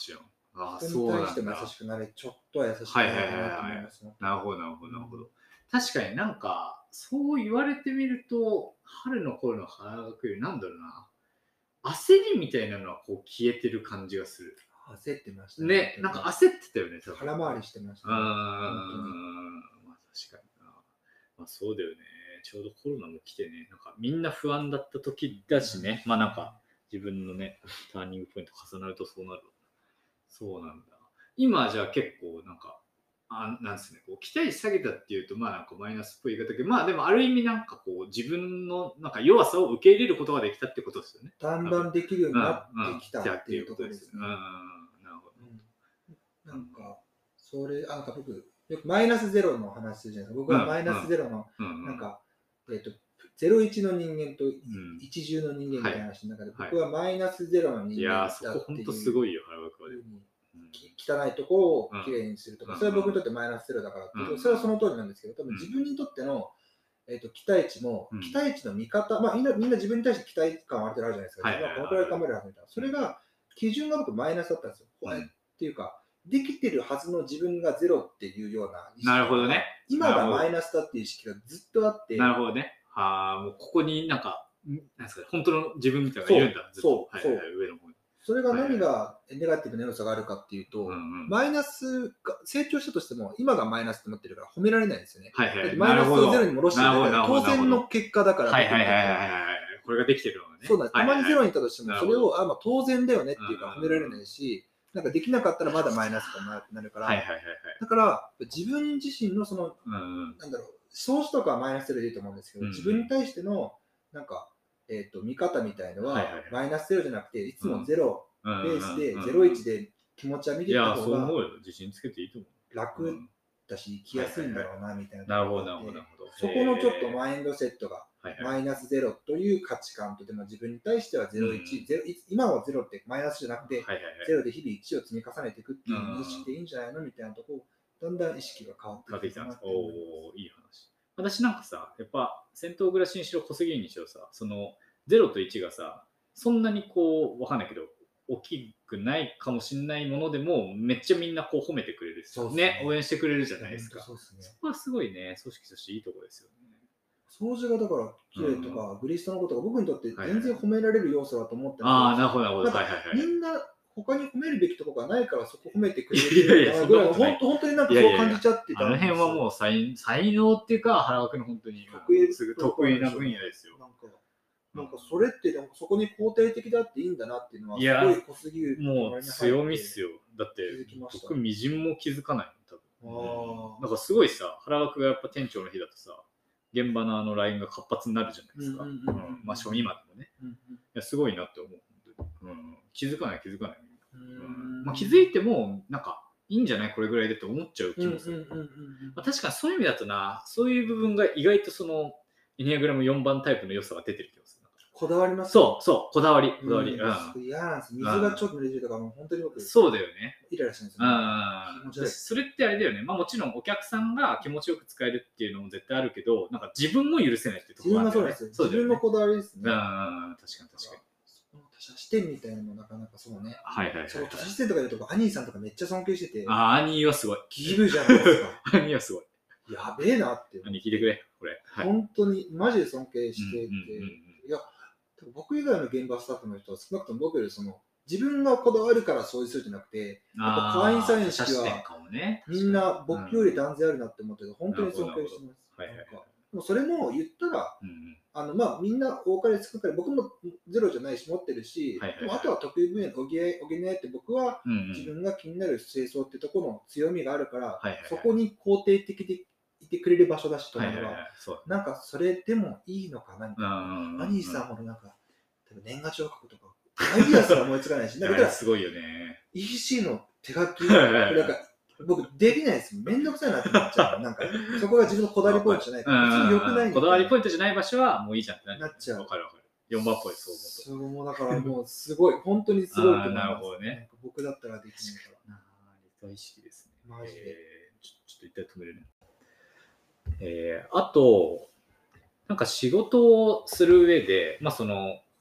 S1: ああ、
S2: 人
S1: そうなん
S2: に対しても優
S1: だ。
S2: しくなれ、ちょっとは優しくなれるかなと思いますね。
S1: なるほど、なるほど、なるほど。確かになんか、そう言われてみると、春の頃の原学よりなんだろうな、焦りみたいなのはこう消えてる感じがする。
S2: 焦ってました
S1: ね、なんか焦ってたよね、多分。
S2: 空回りしてました
S1: うーん、
S2: ね。
S1: まあ確かにな。まあそうだよね。ちょうどコロナも来てね、なんかみんな不安だった時だしね、まあなんか自分のね、ターニングポイント重なるとそうなる。そうなんだ。今じゃあ結構なんか、あなんですね、こう期待下げたっていうと、まあなんかマイナスっぽい言い方だけど、まあでもある意味なんかこう自分のなんか弱さを受け入れることができたってことですよね。
S2: だんだんできるようになってきたっていうところですね。
S1: うん、なるほ
S2: ど。なんか、それ、なんか僕、よくマイナスゼロの話するじゃないですか。僕はマイナスゼロの、なんか、えっと、ゼロイチの人間といちじゅうの人間みたいな話の中で、僕はマイナスゼロの人間だっていう。
S1: いやー、そこ本当すごいよ、原学は。
S2: 汚いところをきれいにするとか、それは僕にとってマイナスゼロだからっていうと、それはその通りなんですけど、多分自分にとっての、えー、と期待値も、期待値の見方、まあみんなみんな自分に対して期待感はある程度あるじゃないですか。自分はこのくらい頑張れるはずみたいな。それが、基準が僕マイナスだったんですよ。こうやっていうか、できてるはずの自分がゼロっていうような意識が、
S1: なるほどね、
S2: 今がマイナスだっていう意識がずっとあって、
S1: なるほどね。ああ、もうここになんか、なんですか、本当の自分みたいなのがいるんだ、ずっと。そう、はいはい、上の方に。
S2: それが何がネガティブな要素があるかっていうと、うんうん、マイナスが成長したとしても今がマイナスって思ってるから褒められないんですよね。
S1: はいはい、
S2: マイナスをゼロに戻してるから当然の結果だから。
S1: はいはいはいはいはい。これができてるのね。
S2: そうだ、たまにゼロにいったとしてもそれをあ、まあ、当然だよねっていうか褒められないし、なんかできなかったらまだマイナスかなってなるから。はいはいはいはい、だから自分自身のその、うんうん、なんだろう、掃除とかはマイナスゼロでいいと思うんですけど、うん、自分に対してのなんか、えーと、見方みたいのはマイナスゼロじゃなくていつもゼロ、ベースでゼロイチで気持ちは見ていった方が
S1: 自信つけていいと思う。
S2: 楽だし生きやすいんだろうなみたいな。
S1: なるほどなるほど。
S2: そこのちょっとマインドセットがマイナスゼロという価値観とでも自分に対してはゼロイチ、今はゼロってマイナスじゃなくてゼロで日々いちを積み重ねていくっていう認識でいいんじゃないのみたいなところだんだん意識が変わってきてます。
S1: おお、いい話。私なんかさ、やっぱ戦闘暮らしにしろ小杉にしろさ、そのゼロといちがさ、そんなにこうわかんないけど大きくないかもしれないものでもめっちゃみんなこう褒めてくれるし、ね、応援してくれるじゃないですか。そこはすごいね、組織としていいところですよね。
S2: 掃除がだから綺麗とか、グリストのことが僕にとって全然褒められる要素だと思って
S1: ない。ああ、なるほどなるほど。
S2: みんな他に褒めるべきところがないからそこ褒めてくれるぐらい、本当本当になんかそう感じちゃってた。
S1: あの辺はもう才才能っていうか原学の本当に得意な分野ですよ。
S2: なんかそれってでもそこに肯定的であっていいんだなっていうのはすごい小杉湯
S1: もう強みっすよ。だって僕みじんも気づかないの多分。なんかすごいさ、原学がやっぱ店長の日だとさ、現場のあのラインが活発になるじゃないですか。まあ正味今でもね。いやすごいなって思う。うん、気づかない気づかない。うんまあ、気づいてもなんかいいんじゃないこれぐらいでって思っちゃう気もする。確かにそういう意味だとな、そういう部分が意外とそのエニアグラムよんばんタイプの良さが出てる気がする。
S2: こだわります、
S1: そうそう、こだわり、こだわり。
S2: うん、嫌なんです。水がちょっと濡れてるとか、もう本当に僕、
S1: そうだよね。
S2: イライラしてるん
S1: ですよ、ね。それってあれだよね。まあもちろんお客さんが気持ちよく使えるっていうのも絶対あるけど、なんか自分も許せないっていうところがあるよね。
S2: 自分がそうです。自分のこだわりですね。
S1: うん、確かに確かに。
S2: 他者視点みたいなのもなかなかそうね。
S1: はいはいはい。
S2: そう、他者視点とか言うと、アニーさんとかめっちゃ尊敬してて。
S1: ああ、アニーはすごい。
S2: ギブじゃないですか。
S1: アニーはすごい。
S2: やべえなって。
S1: アニー聞いてくれ、これ。
S2: 本当に、マジで尊敬してて。いや、僕以外の現場スタッフの人は少なくとも僕よりその自分がこだわるから掃除するじゃなくて、やっぱ会員さん意識はみんな僕より断然あるなって思ってて、本当に尊敬してます。でもそれも言ったら、あのまあみんな多かれ少なかれ僕もゼロじゃないし持ってるし、でもあとは得意分野の補い補いって僕は自分が気になる清掃ってところの強みがあるから、そこに肯定的でいてくれる場所だしと思うのは、なんかそれでもいいのかなみたいな。アニーさんもなんか年賀状書くとかアイディアすら思いつかないし、だから
S1: すごいよね。
S2: イーシー の手書きなんか僕できないです。めんどくさいなってなっちゃう。なんかそこが自分のこだわりポイントじゃないから別に良くない。
S1: こだわりポイントじゃない場所はもういいじゃんって
S2: なっちゃう。
S1: わかるわかる。よんばんっぽいそう
S2: 思うと。そうだからもうすごい本当にすごいと思います。
S1: なるほどね。
S2: 僕だったらできないから。
S1: 理解意識ですね。
S2: マジで。
S1: ちょっと一回止めるね。えー、あと、なんか仕事をする上で、まあその、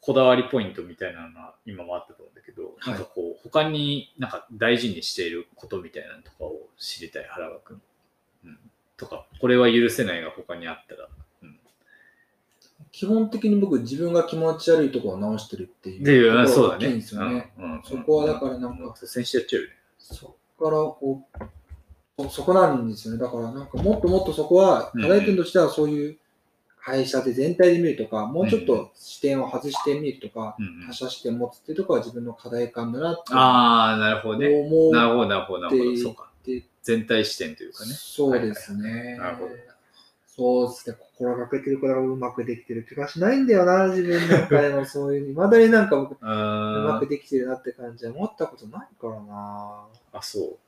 S1: こだわりポイントみたいなのは今もあったと思うんだけど、
S2: はい、
S1: なんかこう他になんか大事にしていることみたいなのとかを知りたい、原川君、うん、とかこれは許せないが他にあったら、うん、
S2: 基本的に僕自分が気持ち悪いところを直してるっていう
S1: で、
S2: ところが大
S1: そうだね。
S2: きいんですよね。
S1: うんうんうん、
S2: そこはだからなんか
S1: 突然しちゃっちゃうよね。
S2: そこからこうそこなんですよね。だからなんかもっともっとそこは課題点としてはそういう会社で全体で見るとか、もうちょっと視点を外してみるとか、うんうん、他者視点を持つっていうところは自分の課題感だなって。
S1: ああ、なるほどね。
S2: 思う
S1: なるほど、なるほど、なるほど。そうか。全体視点というかね。
S2: そうですね。はいはいはい、なるほど。そうですね。心がけてることがうまくできてる気がしないんだよな、自分なんかでもそういう、いまだになんか僕、うまくできてるなって感じは思ったことないからな。
S1: あ、そう。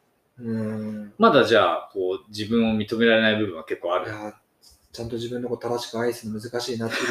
S2: うん。
S1: まだじゃあ、こう、自分を認められない部分は結構ある。
S2: いやちゃんと自分のこと正しく愛するの難しいなっていう。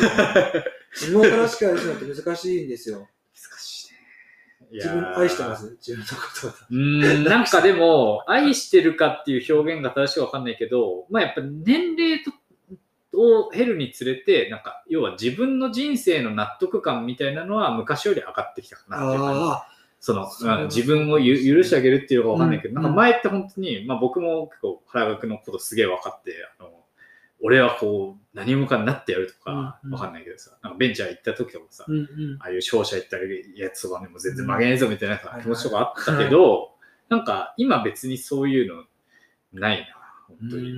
S2: 自分を正しく愛するのって難しいんですよ。
S1: 難しいね。
S2: 自分愛してます自分のことを。
S1: うーん、なんかでも、愛してるかっていう表現が正しいかわかんないけど、まあやっぱ年齢とを経るにつれて、なんか、要は自分の人生の納得感みたいなのは昔より上がってきたかなっていう感じ。その、うん、自分をゆ許してあげるっていうのがわかんないけど、うん、なんか前って本当に、まあ僕も結構原学のことすげえ分かって、あの、俺はこう、何者かになってやるとか、わかんないけどさ、なんかベンチャー行った時とかさ、うんうん、ああいう商社行ったやつとかね、もう全然曲げねえぞみたいな気持ちとかあったけど、なんか今別にそういうのないな、本当に。うん、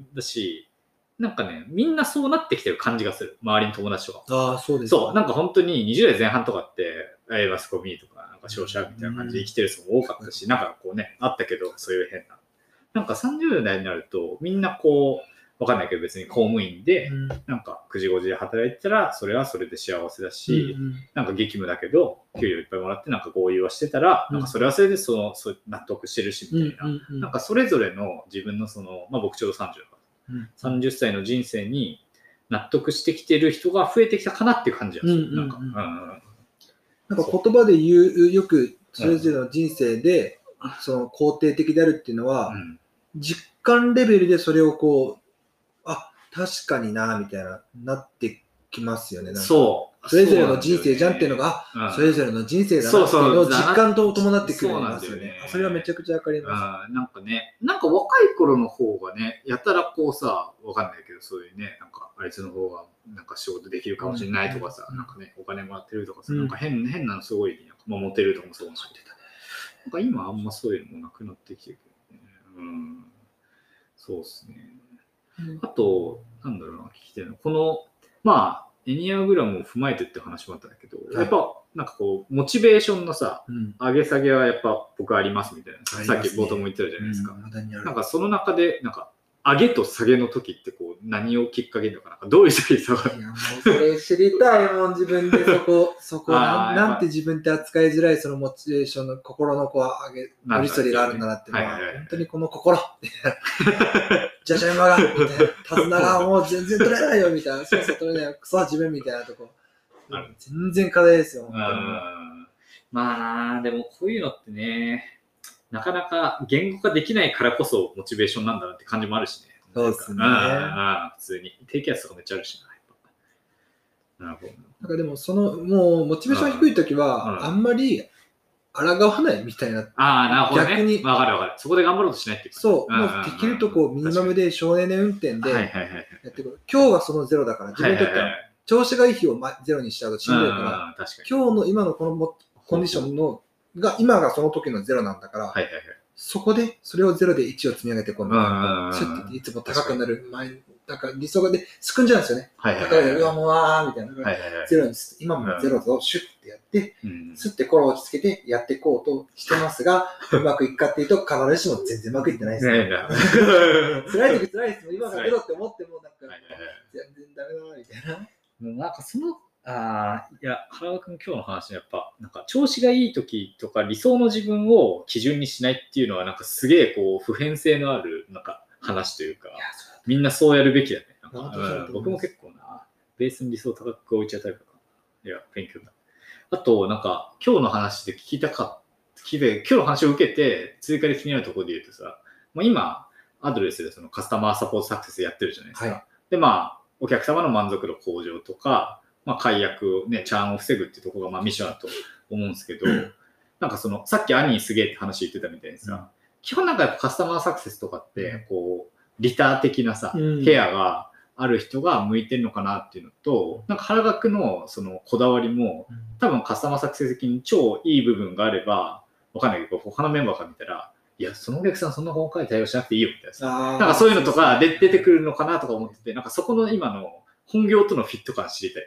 S1: だし、なんかね、みんなそうなってきてる感じがする。周りの友達とか。
S2: ああ、そうです。
S1: そう、なんか本当ににじゅう代前半とかって、えマスコミとか、なんか商社みたいな感じで生きてる人も多かったし、なんかこうね、あったけど、そういう変な。なんかさんじゅう代になると、みんなこう、わかんないけど別に公務員で、うん、なんかくじごじで働いてたら、それはそれで幸せだし、うんうん、なんか激務だけど、給料いっぱいもらって、なんか合意はしてたら、うん、なんかそれはそれでその、そう納得してるし、みたいな、うんうんうん。なんかそれぞれの自分のその、まあ僕ちょうどさんじゅうだから、うん、さんじゅっさいの人生に納得してきてる人が増えてきたかなっていう感じがする。なんか、うん、
S2: なんか言葉で言う、よくそれぞれの人生で、その肯定的であるっていうのは、うん、実感レベルでそれをこう、あ、確かにな、みたいな、なってきますよね。なんか
S1: そう。
S2: それぞれの人生じゃんっていうのが、そ, ねうん、それぞれの人生だなっていうのを実感と伴ってくるんですよね。そ, それはめちゃくちゃわかりま
S1: す。なんかね、なんか若い頃の方がね、やたらこうさ、わかんないけど、そういうね、なんかあいつの方がなんか仕事できるかもしれないとかさ、うん、なんかね、お金もらってるとかさ、うん、なんか変変なのすごい、なんかまあ、モテるとかもそう思ってた。なんか今あんまそういうのもなくなってきてるけどね。うん。そうっすね。あと、なんだろうな、聞きたいの。この、まあ、エニアグラムを踏まえてって話もあったんだけど、はい、やっぱ、なんかこう、モチベーションのさ、うん、上げ下げはやっぱ僕ありますみたいな、ね、さっき冒頭も言ってたじゃないですか。うん、なんかその中で、なんか、上げと下げの時ってこう、何をきっかけにのかな、どういう時に下がる？
S2: いや、もうそれ知りたいもん、自分でそこ、そこな、なんて自分って扱いづらいそのモチベーションの心のこう、上げ、乗り添いがあるんだなっていうのは、本当にこの心じゃじゃ馬が、みたいな、手綱がもう全然取れないよ、みたいな、そうそう取れないよ、クソは自分みたいなとこ。全然課題ですよ、本当に。
S1: まあ、でもこういうのってね、なかなか言語化できないからこそモチベーションなんだなって感じもあるしね。
S2: そうですね。
S1: ああ、普通に。低気圧とかめっちゃあるしな。なるほど。
S2: なんかでも、その、もう、モチベーション低いときは、あんまり抗わないみたいな。
S1: ああ、なるほど、ね。逆に。わかるわかる。そこで頑張ろうとしないっていう。
S2: そう。もう、できるとこう、ミニマムで省エネ運転で、やってくる。今日はそのゼロだから、自分にとっては、調子がいい日をゼロにしちゃうとしんどいから、今日の今のこのコンディションの、が、今がその時のゼロなんだから、はいはいはい、そこで、それをゼロでいちを積み上げて、今度、シュッていつも高くなる前、だから理想がで、すくんじゃうんですよね。はいはいはい、だから、うわ、もう、あーみたいな。はいはいはい、ゼロに、今もゼロをシュッてやって、うん、スッて心を落ち着けてやっていこうとしてますが、うまくいくかっていうと、必ずしも全然うまくいってないですね。辛い時辛いですもん。今がゼロって思っても、なんか、はいはいはい、全然ダメだな、みたいな。
S1: なんかその、ああ、いや、原田君今日の話やっぱ、なんか調子がいい時とか理想の自分を基準にしないっていうのは、なんかすげえこう普遍性のあるなんか話というか、みんなそうやるべきだね。なんかうん、僕も結構な、ベースに理想高く置いちゃうタイプかな。いや、勉強だ。あと、なんか今日の話で聞きたかった、聞いて、今日の話を受けて、追加で気になるところで言うとさ、まあ、今、アドレスでそのカスタマーサポートサクセスやってるじゃないですか。はい、で、まあ、お客様の満足度向上とか、 まあ、解約をね、チャーンを防ぐっていうところがまあミッションだと思うんですけど、なんかその、さっきアニーすげえって話言ってたみたいにさ、うん、基本なんかやっぱカスタマーサクセスとかって、こう、リター的なさ、ケアがある人が向いてるのかなっていうのと、なんか原学のそのこだわりも、多分カスタマーサクセス的に超いい部分があれば、わかんないけど、他のメンバーから見たら、いや、そのお客さんそんな細かい対応しなくていいよみたいなさ、なんかそういうのとかで出てくるのかなとか思ってて、なんかそこの今の本業とのフィット感知りたい。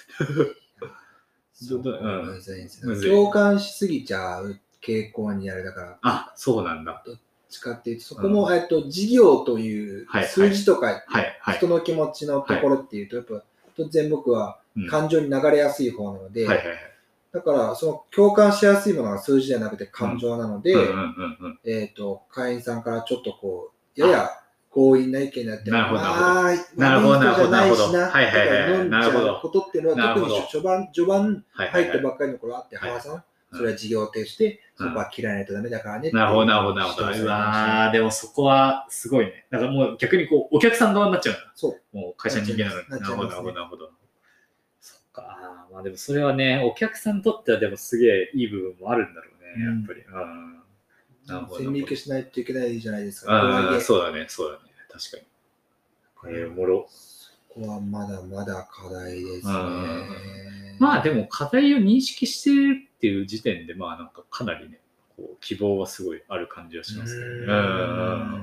S2: そうむずいんですよ。共感しすぎちゃう傾向にあるだから。
S1: あ、そうなんだ。
S2: どっちかっていうと、そこも、うん、えっと事業という数字とか、人の気持ちのところっていうと、やっぱ突然僕は感情に流れやすい方なので、だからその共感しやすいものが数字じゃなくて感情なので、えっと会員さんからちょっとこうやや強引な意見になって、
S1: なるほど
S2: ああ、
S1: なるほどなるほどなるほど
S2: なるほど飲んじゃうことっていうのは特に序盤序盤入ったばっかりの頃あって、原さんそれは事業停止で、そこは切らないとダメだからね。
S1: なるほど、なるほど、なるほど。うわー、でもそこはすごいね。だからもう逆にこう、お客さん側になっちゃう。
S2: そう。
S1: もう会社人間なのに。なるほど、なるほど、なるほど。そっか。まあでもそれはね、お客さんにとってはでもすげえいい部分もあるんだろうね、やっぱり。うん。
S2: なるほど。線引きしないといけないじゃないですか。
S1: ああ、そうだね、そうだね。確かに。えー、おもろ。
S2: そこはまだまだ課題ですね。
S1: まあでも課題を認識してるっていう時点で、まあなんかかなりね、こう希望はすごいある感じはしますけどね。うん。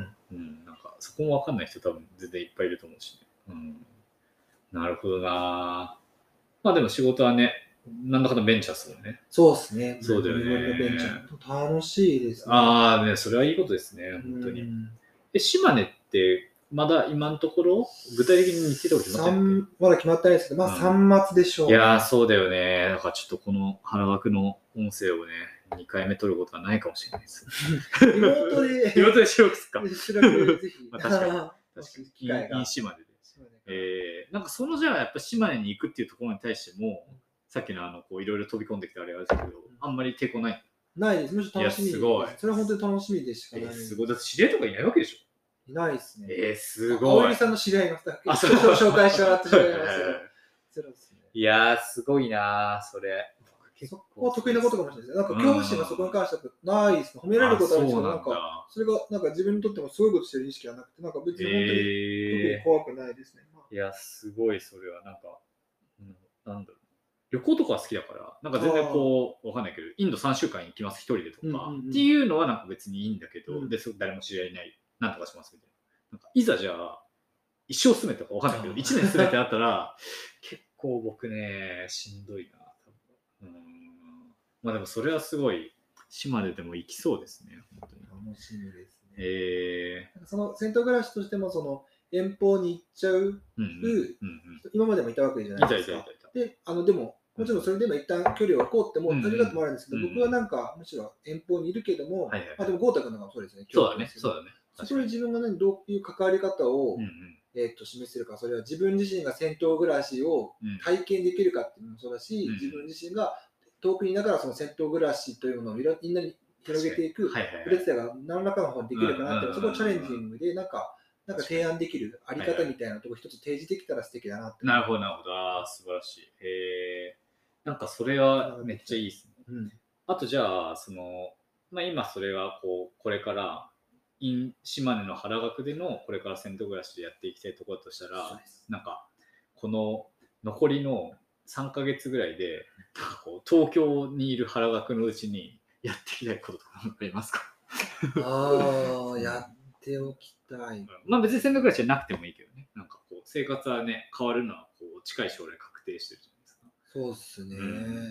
S1: うん。なんかそこもわかんない人多分全然いっぱいいると思うしね。うん。なるほどな。まあでも仕事はね、なんだかんだベンチャーですもんね。
S2: そうですね。
S1: そうだよね。
S2: ベンチャー楽しいですね。
S1: ああね、それはいいことですね、本当に。で、島根ってまだ今のところ具体的に日程とか決まってないっけ？
S2: まだ決まってないですけど、まあさんがつでしょう、
S1: ね、うん。いやー、そうだよね。だからちょっとこの原学の音声をね、にかいめ撮ることはないかもしれないです。
S2: リモートで、
S1: リモートで収録すっか。
S2: 収録でぜひ。
S1: まあ、確かに。確かに。いい島根で。えー、なんかそのじゃあやっぱ島根に行くっていうところに対しても、さっきのあのこういろいろ飛び込んできたあれはですけど、あんまり抵抗ない。
S2: ないです。むしろ楽しみです。すごい。それは本当に楽しみでしかない。えー、
S1: すごい。だって知り合いとかいないわけでしょ？
S2: いないですね。
S1: えー、すごい。
S2: 青柳さんの知り合いがあ、そう紹介してもらって知り合いますけど。
S1: いやー、すごいなー、それ。
S2: そこは得意なことかもしれないです。なんか恐怖心がそこに関してはないです。褒められることはあるんですけど、なんかそれがなんか自分にとってもすごいことしてる意識はなくて、なんか別に本当に特に怖くないですね。
S1: いや、すごいそれはなんか、うん、なんだろう。旅行とか好きだから、なんか全然こう、わかんないけど、インドさんしゅうかん行きます、一人でとか、うんうんうん、っていうのはなんか別にいいんだけど、うん、で、誰も知り合いいない、なんとかしますみたいな。なんかいざじゃあ、一生住めとかわかんないけど、一年住めってなったら、結構僕ね、しんどいな。うん、まあでもそれはすごい、島根でも行きそうですね。
S2: 本当に楽しみですね。
S1: えー、
S2: その銭湯暮らしとしても、その遠方に行っちゃう、うんうんうんうん、今までもいたわけじゃないですか。いたいたいたいた。で、あのでも、もちろんそれでも一旦距離を置こうってもありがともあるんですけど、うんうん、僕はなんかむしろ遠方にいるけども、はいはいはい、あでも豪太君なんかそうですね。
S1: そうだね。そうだね。
S2: そこで自分が何どういう関わり方を、うんうん、えー、と示せるか、それは自分自身が銭湯暮らしを体験できるかっていうのもそうだし、うん、自分自身が遠くにいながらその銭湯暮らしというものをみんなに広げていくプレステが何らかの方にできるかなって、そこをチャレンジングでなんかなんか提案できるあり方みたいなところ一つ提示できたら素敵だなって。
S1: なるほどなるほど、あ素晴らしい。へー、なんかそれはめっちゃいいですね。うん、あとじゃあその、まあ、今それはこうこれから島根の原学でのこれから銭湯暮らしでやっていきたいところとしたら、なんかこの残りのさんかげつぐらいでこう東京にいる原学のうちにやっていきたいこととかありますか？
S2: ああ、やっておきたい。
S1: まあ別に銭湯暮らしじゃなくてもいいけどね。なんかこう生活はね変わるのはこう近い将来確定してるじゃないですか。
S2: そうっすね、うん。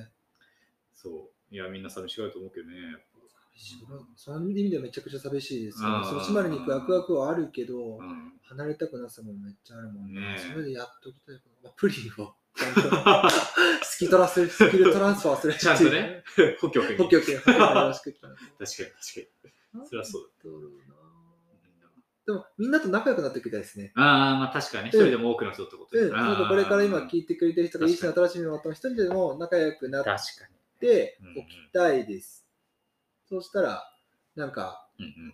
S1: そう。いやみんな寂しがると思うけどね。
S2: そういう意味ではめちゃくちゃ寂しいですけど、その島根に行くワクワクはあるけど、うん、離れたくなさもめっちゃあるもんね。ねそれでやっときたいこと、まあ、プリンをちゃんとスキトラススキルトランスファーする
S1: ちゃんとね、補強権
S2: 補強権よろしく
S1: 確かに確かにそれはそうだ。
S2: でもみんなと仲良くなっていきたいですね。
S1: ああ、まあ確かに、ね、一人でも多くの人ってことですね。
S2: なんかこれから今聞いてくれてる人がいい人の新しいのを一人でも仲良くなっておきたいです。そうしたら、なんか、うんうん、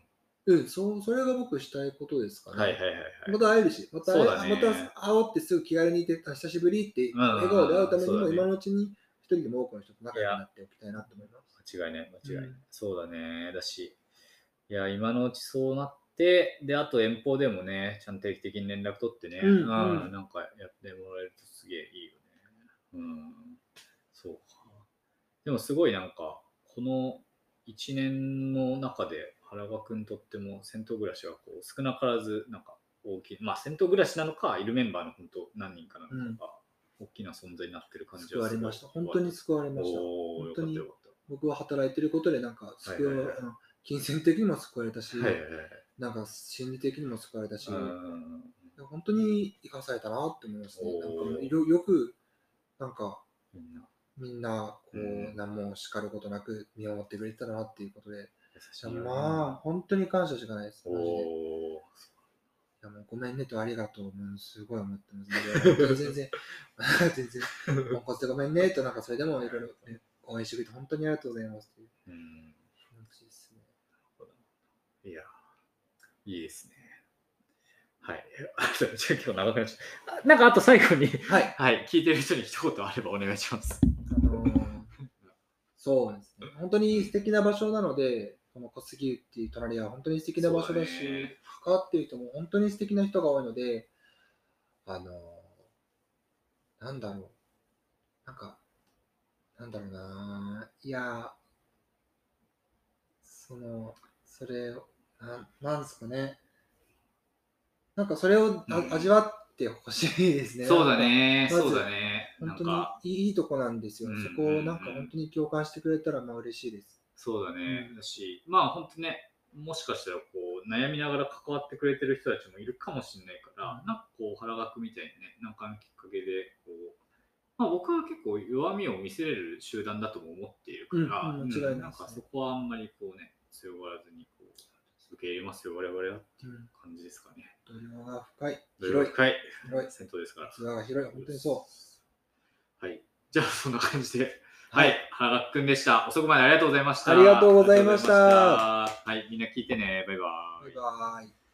S2: うん、そう、それが僕したいことですかね。
S1: はいはいはいはい。
S2: また会えるし、また、
S1: そうだね
S2: また会おうってすぐ気軽に言って、久しぶりって
S1: うんうんうん
S2: 笑顔で会うためにも、
S1: そうだね
S2: 今のうちに一人でも多くの人と仲良くなっておきたいなと思います。
S1: 間違いない間違いない、
S2: うん
S1: そうだね。だし、いや今のうちそうなって、であと遠方でもね、ちゃんと定期的に連絡取ってね、
S2: うんうん
S1: なんかやってもらえるとすげえいいよね。うん、そうか。でもすごいなんかこのいちねんの中で原川くんとっても銭湯暮らしはこう少なからずなんか大きい、まあ銭湯暮らしなのかいるメンバーの本当何人かなのかが大きな存在になってる感じ
S2: 救
S1: はすごい
S2: われました。本当に救われました。
S1: おー
S2: 本当に
S1: よかったよ
S2: 僕は働いてることで、なんか救われ、
S1: はいはいはい
S2: あの金銭的にも救われたし、
S1: かった。はいはいはい。
S2: なんか心理的にも救われたし、
S1: うん
S2: 本当に生かされたなって思いますね。
S1: おー
S2: なんかもうよよく、なんか
S1: みんな
S2: みんなこう、
S1: うん
S2: 何も叱ることなく見守ってくれてたなっていうことで、
S1: 優しいよね。
S2: まあ本当に感謝しかないです。マジで。い
S1: お
S2: やもうごめんねとありがとう、もうすごい思ってますので、本当に全然、全然、ポンコツでごめんねと、なんかそれでもいろいろね応援してくれて本当にありがとうございますっていう
S1: ーうん
S2: 気持ちですね。
S1: いや、いいですね。はい。じゃあ今日長くなっちゃった。なんかあと最後に、
S2: はい。
S1: はい、聞いてる人に一言あればお願いします。
S2: あのーそうですね。本当に素敵な場所なので、この小杉湯っていう隣は本当に素敵な場所だし、
S1: そうだね
S2: 関わっている人も本当に素敵な人が多いので、あのーなんだろう。なんか、なんだろうな。いや、その、それを、ななんですかね。なんかそれをあ、
S1: うん
S2: 味わってほしいですね。
S1: そうだね、
S2: まず
S1: そうだね。
S2: 本当
S1: なんか
S2: にいいとこなんですよ。
S1: うん
S2: そこをなんか本当に共感してくれたらまあ嬉しいです。
S1: そうだね。
S2: うん
S1: だし、まあ本当ね、もしかしたらこう悩みながら関わってくれてる人たちもいるかもしれないから、
S2: うん
S1: なんかこう原学みたいにね、なんかのきっかけでこう、まあ、僕は結構弱みを見せれる集団だとも思っているから、
S2: うんうん間違いないですね
S1: なんかそこはあんまりこうね、強がらずにこう受け入れますよ、我々はっていう感じですかね。
S2: 土量が深い。
S1: 土曜
S2: 広い。
S1: 深い
S2: 広い。
S1: 銭湯ですから。
S2: 器が広い。本当にそ
S1: はい。じゃあそんな感じで。
S2: う。
S1: はい、原学くんでした。遅くまでありがとうございました。
S2: ありがとうございました
S1: ありがとうございましたはい、みんな聞いてね。バイバイ。
S2: バイバイ。